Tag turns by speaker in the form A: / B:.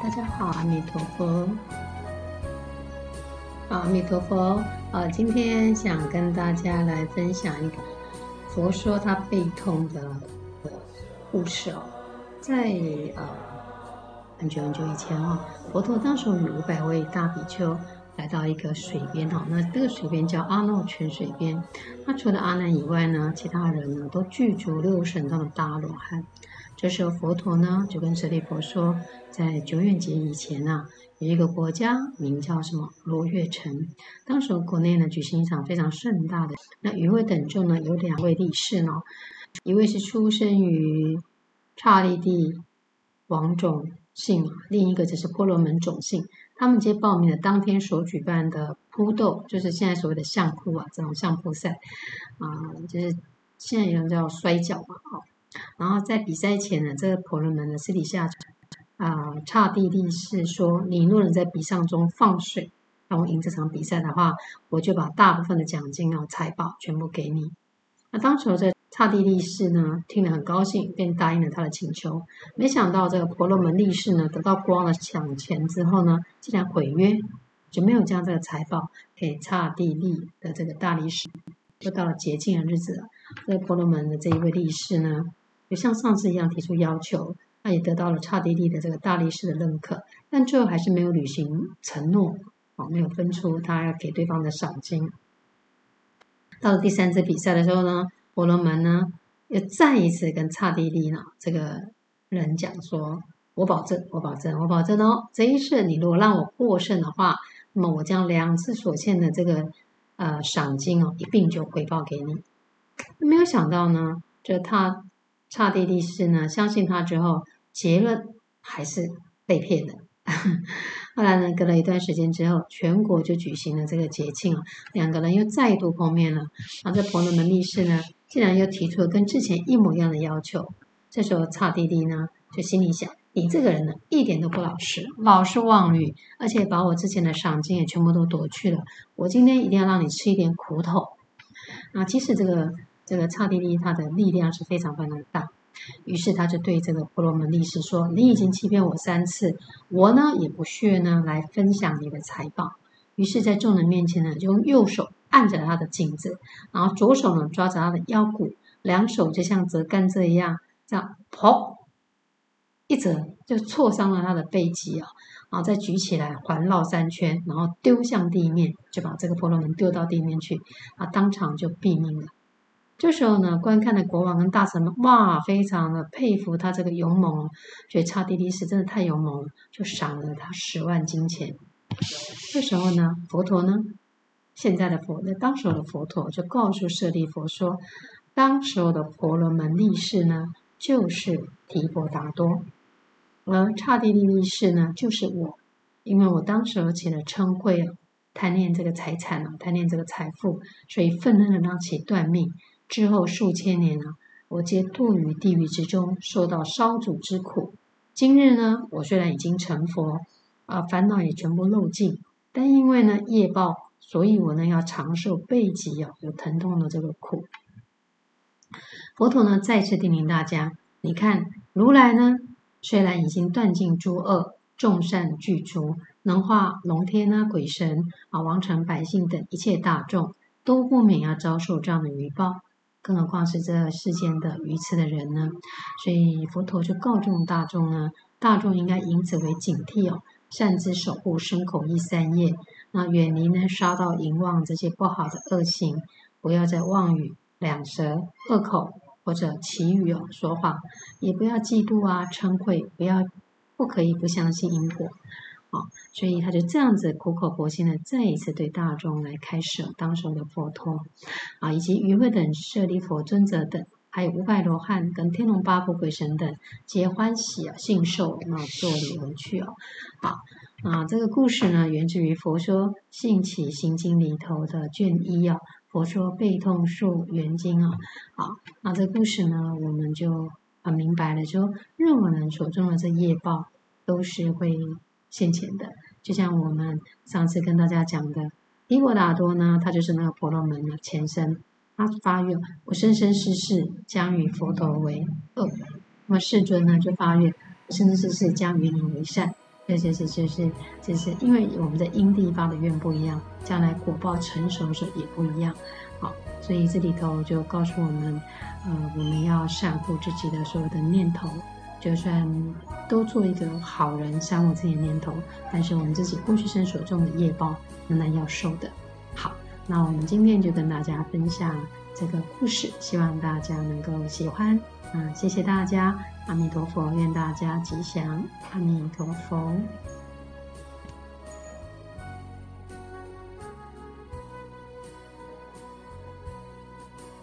A: 大家好，阿弥陀佛。阿弥陀佛。今天想跟大家来分享一个佛说他背痛的故事哦。在很久很久以前佛陀当时与500位大比丘来到一个水边那这个水边叫阿耨泉水边。那除了阿难以外呢，其他人呢都具足6神通的大罗汉。这时候佛陀呢就跟舍利弗说，在久远劫以前有一个国家名叫什么罗越城。当时国内呢举行一场非常盛大的，那与会等众呢有2位力士呢，一位是出生于刹利地王种姓，另一个则是婆罗门种姓。他们皆报名了当天所举办的扑斗，就是现在所谓的相扑这种相扑赛就是现在有人叫摔跤然后在比赛前呢，这个婆罗门呢私底下刹帝利士说，你若能在比赛中放水让我赢这场比赛的话，我就把大部分的奖金财宝全部给你。那当时这刹帝利士呢听了很高兴，便答应了他的请求。没想到这个婆罗门力士呢得到国王的抢钱之后呢，竟然毁约，就没有将这个财宝给刹帝利的这个大力士。就到了节庆的日子了，这个婆罗门的这一位力士呢就像上次一样提出要求，他也得到了刹帝利的这个大力士的认可，但最后还是没有履行承诺没有分出他要给对方的赏金。到了第3次比赛的时候呢，婆罗门呢又再一次跟刹帝利这个人讲说，我保证这一次你如果让我获胜的话，那么我将2次所欠的这个赏金一并就回报给你。没有想到呢，这刹帝利士呢相信他之后，结论还是被骗的。后来呢，隔了一段时间之后，全国就举行了这个节庆2个人又再度碰面了。这婆罗门力士呢，竟然又提出了跟之前一模一样的要求。这时候刹帝利呢就心里想，你这个人呢一点都不老实，老是妄语，而且把我之前的赏金也全部都夺去了。我今天一定要让你吃一点苦头。其实这个刹帝利他的力量是非常非常的大。于是他就对这个婆罗门力士说，你已经欺骗我3次，我呢也不屑呢来分享你的财宝。于是在众人面前呢，就用右手按着他的颈子，然后左手呢抓着他的腰骨，2手就像折甘蔗一样，这样砰一折就挫伤了他的背脊然后再举起来环绕3圈，然后丢向地面，就把这个婆罗门丢到地面去当场就毙命了。这时候呢，观看的国王跟大臣们非常的佩服他这个勇猛觉得刹帝利士真的太勇猛了，就赏了他10万金钱。这时候呢，佛陀呢，当时候的佛陀就告诉舍利弗说，当时候的婆罗门力士呢就是提婆达多，而刹帝利力士呢就是我。因为我当时候起了嗔恚贪恋这个财产贪恋这个财富，所以愤恨的让其断命。之后数千年我皆堕于地狱之中，受到烧煮之苦。今日呢，我虽然已经成佛烦恼也全部漏尽，但因为呢业报，所以我呢要长受背脊有疼痛的这个苦。佛陀呢再次叮咛大家，你看如来呢虽然已经断尽诸恶，众善具足，能化龙天鬼神王臣百姓等一切大众，都不免要遭受这样的余报，更何况是这世间的愚痴的人呢？所以佛陀就告诉大众呢，大众应该以此为警惕擅自守护身口意3业，远离呢杀盗淫妄这些不好的恶行，不要再妄语、两舌、恶口或者绮语说谎，也不要嫉妒嗔恚，不可以不相信因果。所以他就这样子苦口婆心的再一次对大众来开示当时的佛陀以及与会等舍利弗尊者等，还有500罗汉跟天龙八部鬼神等，皆欢喜信受作礼而去这个故事呢源自于佛说信起行经里头的卷1佛说背痛术圆经这个故事呢我们就很明白了，就任何人所种的这业报都是会现前的。就像我们上次跟大家讲的，提婆达多呢，他就是那个婆罗门的前身，他发愿我生生世世将与佛陀为恶，那么世尊呢就发愿我生生世世将与你为善。 就是因为我们的因地发的愿不一样，将来果报成熟的时候也不一样。好，所以这里头就告诉我们，我们要善护自己的所有的念头，就算都做一个好人，善护自己的念头，但是我们自己过去生所种的业报仍然要受的。好，那我们今天就跟大家分享这个故事，希望大家能够喜欢。谢谢大家，阿弥陀佛，愿大家吉祥，阿弥陀佛。